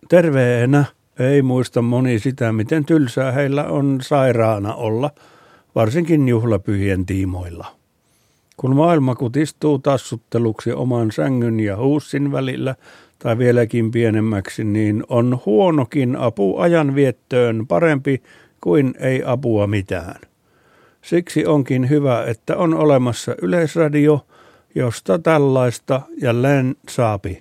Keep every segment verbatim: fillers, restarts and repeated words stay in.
Terveenä ei muista moni sitä, miten tylsää heillä on sairaana olla, varsinkin juhlapyhien tiimoilla. Kun maailma kutistuu tassutteluksi oman sängyn ja huussin välillä tai vieläkin pienemmäksi, niin on huonokin apu ajanviettöön parempi kuin ei apua mitään. Siksi onkin hyvä, että on olemassa yleisradio, josta tällaista jälleen saapi.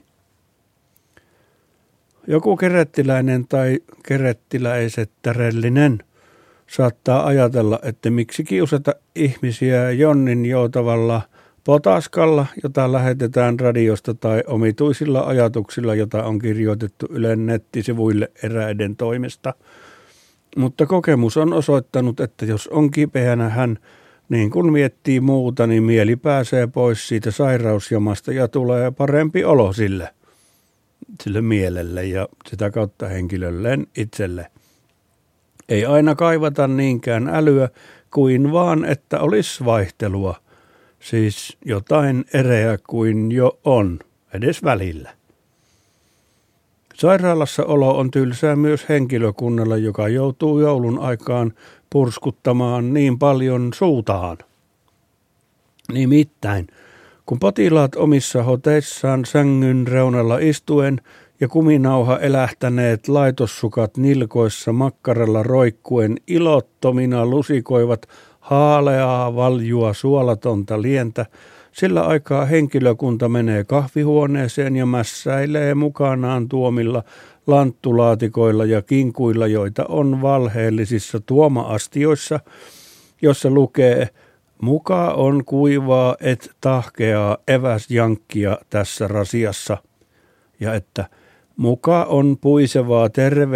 Joku kerettiläinen tai kerettiläisettärellinen saattaa ajatella, että miksi kiusata ihmisiä jonnin joutavalla potaskalla, jota lähetetään radiosta tai omituisilla ajatuksilla, jota on kirjoitettu Ylen nettisivuille eräiden toimesta. Mutta kokemus on osoittanut, että jos on kipeänä hän, niin kun miettii muuta, niin mieli pääsee pois siitä sairausjamasta ja tulee parempi olo sille, sille mielelle ja sitä kautta henkilölleen itselle. Ei aina kaivata niinkään älyä kuin vaan, että olisi vaihtelua, siis jotain ereä kuin jo on, edes välillä. Sairaalassa olo on tylsää myös henkilökunnalle, joka joutuu joulun aikaan purskuttamaan niin paljon suutaan. Nimittäin, kun potilaat omissa hoteissaan sängyn reunalla istuen ja kuminauha elähtäneet laitossukat nilkoissa makkaralla roikkuen ilottomina lusikoivat haaleaa valjua suolatonta lientä, sillä aikaa henkilökunta menee kahvihuoneeseen ja mässäilee mukanaan tuomilla lanttulaatikoilla ja kinkuilla, joita on valheellisissa tuoma-astioissa, jossa lukee "Muka on kuivaa et tahkeaa eväsjankkia tässä rasiassa" ja että "Muka on puisevaa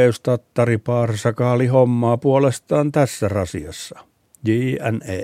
terveystattariparsakaalihommaa puolestaan tässä rasiassa" jne.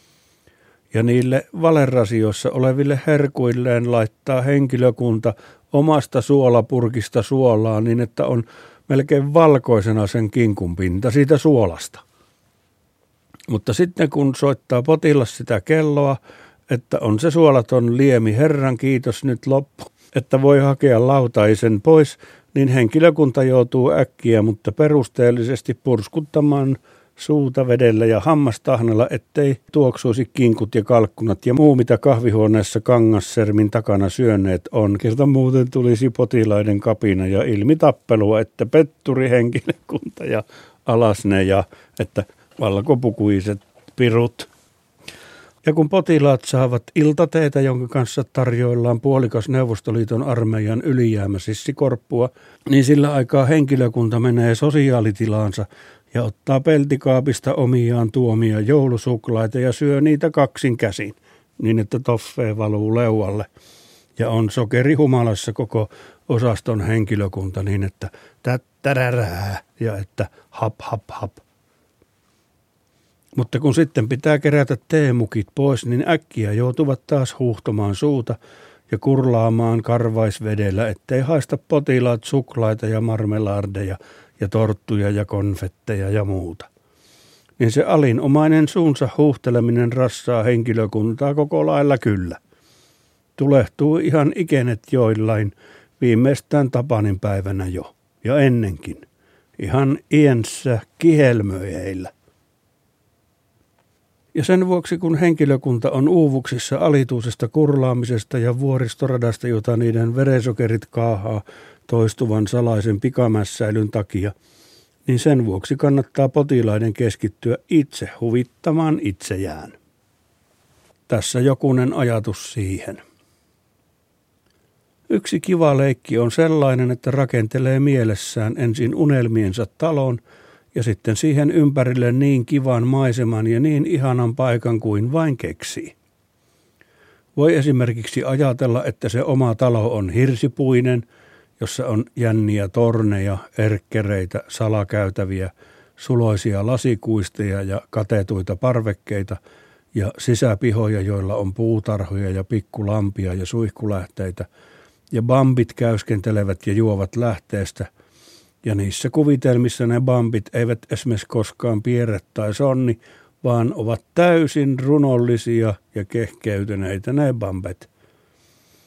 Ja niille valerasioissa oleville herkuilleen laittaa henkilökunta omasta suolapurkista suolaa niin, että on melkein valkoisena sen kinkun pinta siitä suolasta. Mutta sitten kun soittaa potilas sitä kelloa, että on se suolaton liemi Herran kiitos nyt loppu, että voi hakea lautaisen pois, niin henkilökunta joutuu äkkiä, mutta perusteellisesti purskuttamaan suuta vedellä ja hammastahnalla, ettei tuoksuisi kinkut ja kalkkunat ja muu, mitä kahvihuoneessa kangassermin takana syöneet on. Kerta muuten tulisi potilaiden kapina ja ilmi tappelua, että petturi henkilökunta ja alasne ja että valkopukuiset pirut. Ja kun potilaat saavat iltateetä, jonka kanssa tarjoillaan puolikas Neuvostoliiton armeijan ylijäämä sissikorppua, niin sillä aikaa henkilökunta menee sosiaalitilaansa ja ottaa peltikaapista omiaan tuomia joulusuklaita ja syö niitä kaksin käsin, niin että toffee valuu leualle. Ja on sokerihumalassa koko osaston henkilökunta niin, että tättärärää ja että hap hap hap. Mutta kun sitten pitää kerätä teemukit pois, niin äkkiä joutuvat taas huuhtomaan suuta ja kurlaamaan karvaisvedellä, ettei haista potilaat suklaita ja marmelardeja ja torttuja ja konfetteja ja muuta. Niin se alinomainen suunsa huuhteleminen rassaa henkilökuntaa koko lailla kyllä. Tulehtuu ihan ikenet joillain, viimeistään Tapanin päivänä jo, ja ennenkin. Ihan iänsä kihelmöi heillä. Ja sen vuoksi, kun henkilökunta on uuvuksissa alituisesta kurlaamisesta ja vuoristoradasta, jota niiden verensokerit kaahaa toistuvan salaisen pikamässäilyn takia, niin sen vuoksi kannattaa potilaiden keskittyä itse huvittamaan itseään. Tässä jokunen ajatus siihen. Yksi kiva leikki on sellainen, että rakentelee mielessään ensin unelmiensa talon ja sitten siihen ympärille niin kivan maiseman ja niin ihanan paikan kuin vain keksii. Voi esimerkiksi ajatella, että se oma talo on hirsipuinen, jossa on jänniä torneja, erkkereitä, salakäytäviä, suloisia lasikuisteja ja katetuita parvekkeita ja sisäpihoja, joilla on puutarhoja ja pikkulampia ja suihkulähteitä, ja bambit käyskentelevät ja juovat lähteestä, ja niissä kuvitelmissa ne bambit eivät esimerkiksi koskaan pierre tai sonni, vaan ovat täysin runollisia ja kehkeytyneitä ne bambet.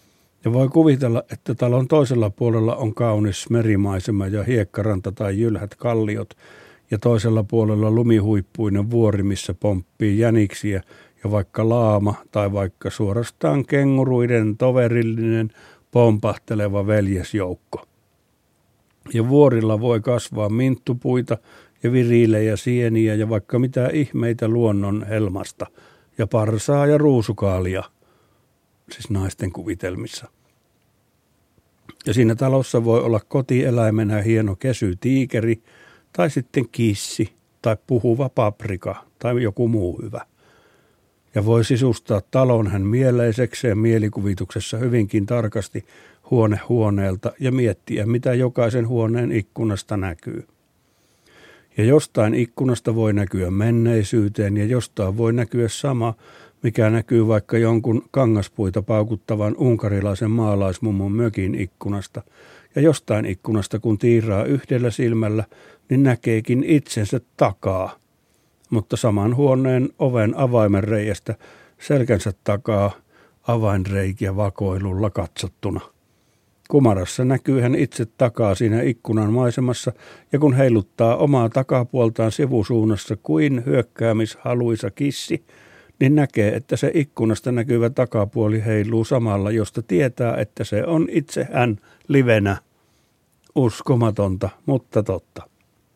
Ja voi kuvitella, että talon toisella puolella on kaunis merimaisema ja hiekkaranta tai jylhät kalliot, ja toisella puolella lumihuippuinen vuori, missä pomppii jäniksiä, ja vaikka laama tai vaikka suorastaan kenguruiden toverillinen pompahteleva veljesjoukko. Ja vuorilla voi kasvaa minttupuita ja viriilejä sieniä ja vaikka mitä ihmeitä luonnon helmasta, ja parsaa ja ruusukaalia, siis naisten kuvitelmissa. Ja siinä talossa voi olla kotieläimenä hieno kesytiikeri, tai sitten kissi, tai puhuva paprika, tai joku muu hyvä. Ja voi sisustaa talon hän mieleisekseen mielikuvituksessa hyvinkin tarkasti huone huoneelta ja miettiä, mitä jokaisen huoneen ikkunasta näkyy. Ja jostain ikkunasta voi näkyä menneisyyteen ja jostain voi näkyä sama, mikä näkyy vaikka jonkun kangaspuita paukuttavan unkarilaisen maalaismummon mökin ikkunasta. Ja jostain ikkunasta, kun tiiraa yhdellä silmällä, niin näkeekin itsensä takaa. Mutta saman huoneen oven avaimen reiästä selkänsä takaa avainreikiä vakoilulla katsottuna. Kumarassa näkyy hän itse takaa siinä ikkunan maisemassa, ja kun heiluttaa omaa takapuoltaan sivusuunnassa kuin hyökkäämishaluisa kissi, niin näkee, että se ikkunasta näkyvä takapuoli heiluu samalla, josta tietää, että se on itse hän livenä. Uskomatonta, mutta totta.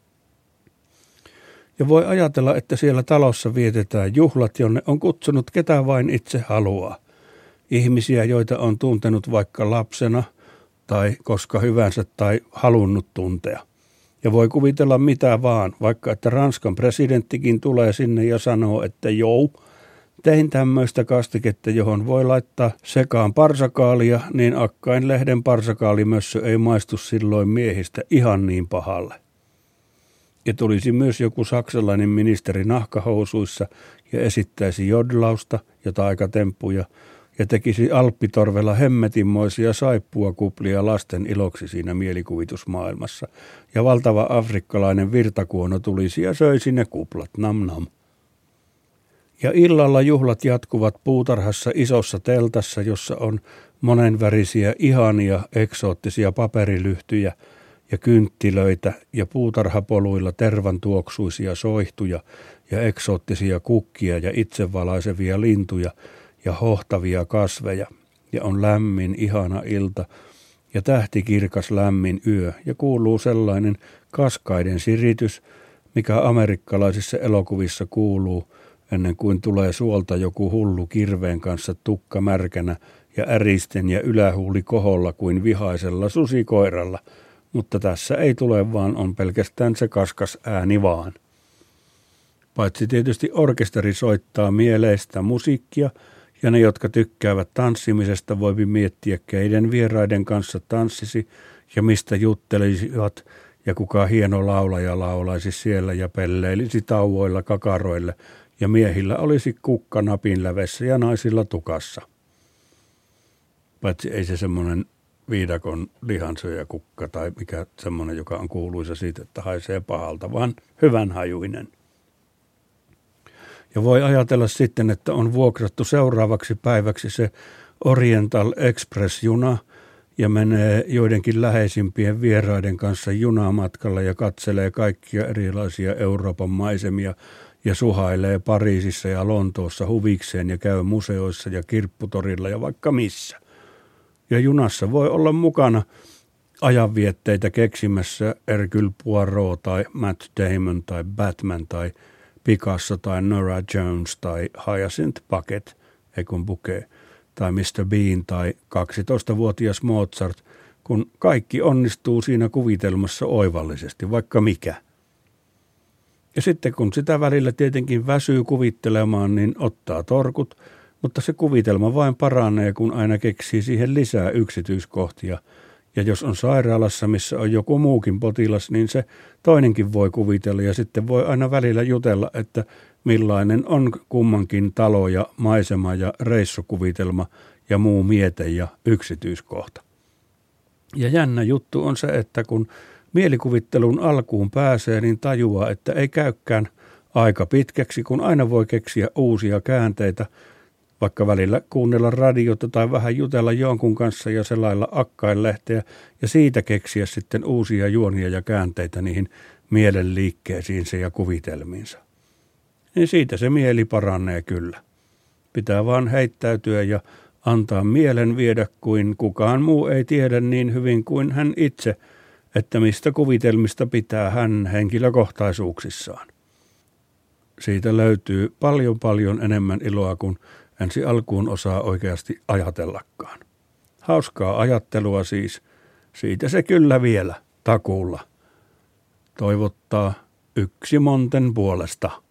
Ja voi ajatella, että siellä talossa vietetään juhlat, jonne on kutsunut ketä vain itse haluaa. Ihmisiä, joita on tuntenut vaikka lapsena tai koska hyvänsä tai halunnut tuntea. Ja voi kuvitella mitä vaan, vaikka että Ranskan presidenttikin tulee sinne ja sanoo, että jou, tein tämmöistä kastiketta, johon voi laittaa sekaan parsakaalia, niin akkain lehden parsakaalimössö ei maistu silloin miehistä ihan niin pahalle. Ja tulisi myös joku saksalainen ministeri nahkahousuissa ja esittäisi jodlausta ja taikatemppuja ja tekisi alppitorvella hemmetinmoisia saippuakuplia lasten iloksi siinä mielikuvitusmaailmassa. Ja valtava afrikkalainen virtakuono tulisi ja söisi ne kuplat, nam nam. Ja illalla juhlat jatkuvat puutarhassa isossa teltassa, jossa on monenvärisiä, ihania, eksoottisia paperilyhtyjä ja kynttilöitä ja puutarhapoluilla tervantuoksuisia soihtuja ja eksoottisia kukkia ja itsevalaisevia lintuja ja hohtavia kasveja. Ja on lämmin, ihana ilta ja tähtikirkas lämmin yö ja kuuluu sellainen kaskaiden siritys, mikä amerikkalaisissa elokuvissa kuuluu, ennen kuin tulee suolta joku hullu kirveen kanssa tukka märkänä ja äristen ja ylähuuli koholla kuin vihaisella susikoiralla, mutta tässä ei tule vaan on pelkästään se kaskas ääni vaan. Paitsi tietysti orkesteri soittaa mieleistä musiikkia, ja ne, jotka tykkäävät tanssimisesta, voipi miettiä, keiden vieraiden kanssa tanssisi ja mistä juttelisivat, ja kuka hieno laulaja laulaisi siellä ja pelleilisi tauoilla kakaroille, ja miehillä olisi kukka napin lävessä ja naisilla tukassa. Paitsi ei se semmoinen viidakon lihansyöjä kukka tai mikä semmoinen, joka on kuuluisa siitä, että haisee pahalta, vaan hyvänhajuinen. Ja voi ajatella sitten, että on vuokrattu seuraavaksi päiväksi se Oriental Express-juna ja menee joidenkin läheisimpien vieraiden kanssa junamatkalla ja katselee kaikkia erilaisia Euroopan maisemia ja suhailee Pariisissa ja Lontoossa huvikseen ja käy museoissa ja kirpputorilla ja vaikka missä. Ja junassa voi olla mukana ajanvietteitä keksimässä Hercule Poirot tai Matt Damon tai Batman tai Picasso tai Nora Jones tai Hyacinth Bucket, ei kun Bouquet, tai mister Bean tai kaksitoistavuotias Mozart, kun kaikki onnistuu siinä kuvitelmassa oivallisesti, vaikka mikä. Ja sitten kun sitä välillä tietenkin väsyy kuvittelemaan, niin ottaa torkut, mutta se kuvitelma vain paranee, kun aina keksii siihen lisää yksityiskohtia. Ja jos on sairaalassa, missä on joku muukin potilas, niin se toinenkin voi kuvitella ja sitten voi aina välillä jutella, että millainen on kummankin talo ja maisema ja reissukuvitelma ja muu miete ja yksityiskohta. Ja jännä juttu on se, että kun mielikuvittelun alkuun pääsee, niin tajuaa, että ei käykään aika pitkäksi, kun aina voi keksiä uusia käänteitä vaikka välillä kuunnella radiota tai vähän jutella jonkun kanssa ja selailla akkainlehteä ja siitä keksiä sitten uusia juonia ja käänteitä niihin mielen liikkeisiinsä ja kuvitelmiinsa. Niin siitä se mieli paranee kyllä. Pitää vaan heittäytyä ja antaa mielen viedä kuin kukaan muu ei tiedä niin hyvin kuin hän itse, että mistä kuvitelmista pitää hän henkilökohtaisuuksissaan. Siitä löytyy paljon paljon enemmän iloa kuin ensi alkuun osaa oikeasti ajatellakaan. Hauskaa ajattelua siis, siitä se kyllä vielä takuulla. Toivottaa Yksi Monten puolesta.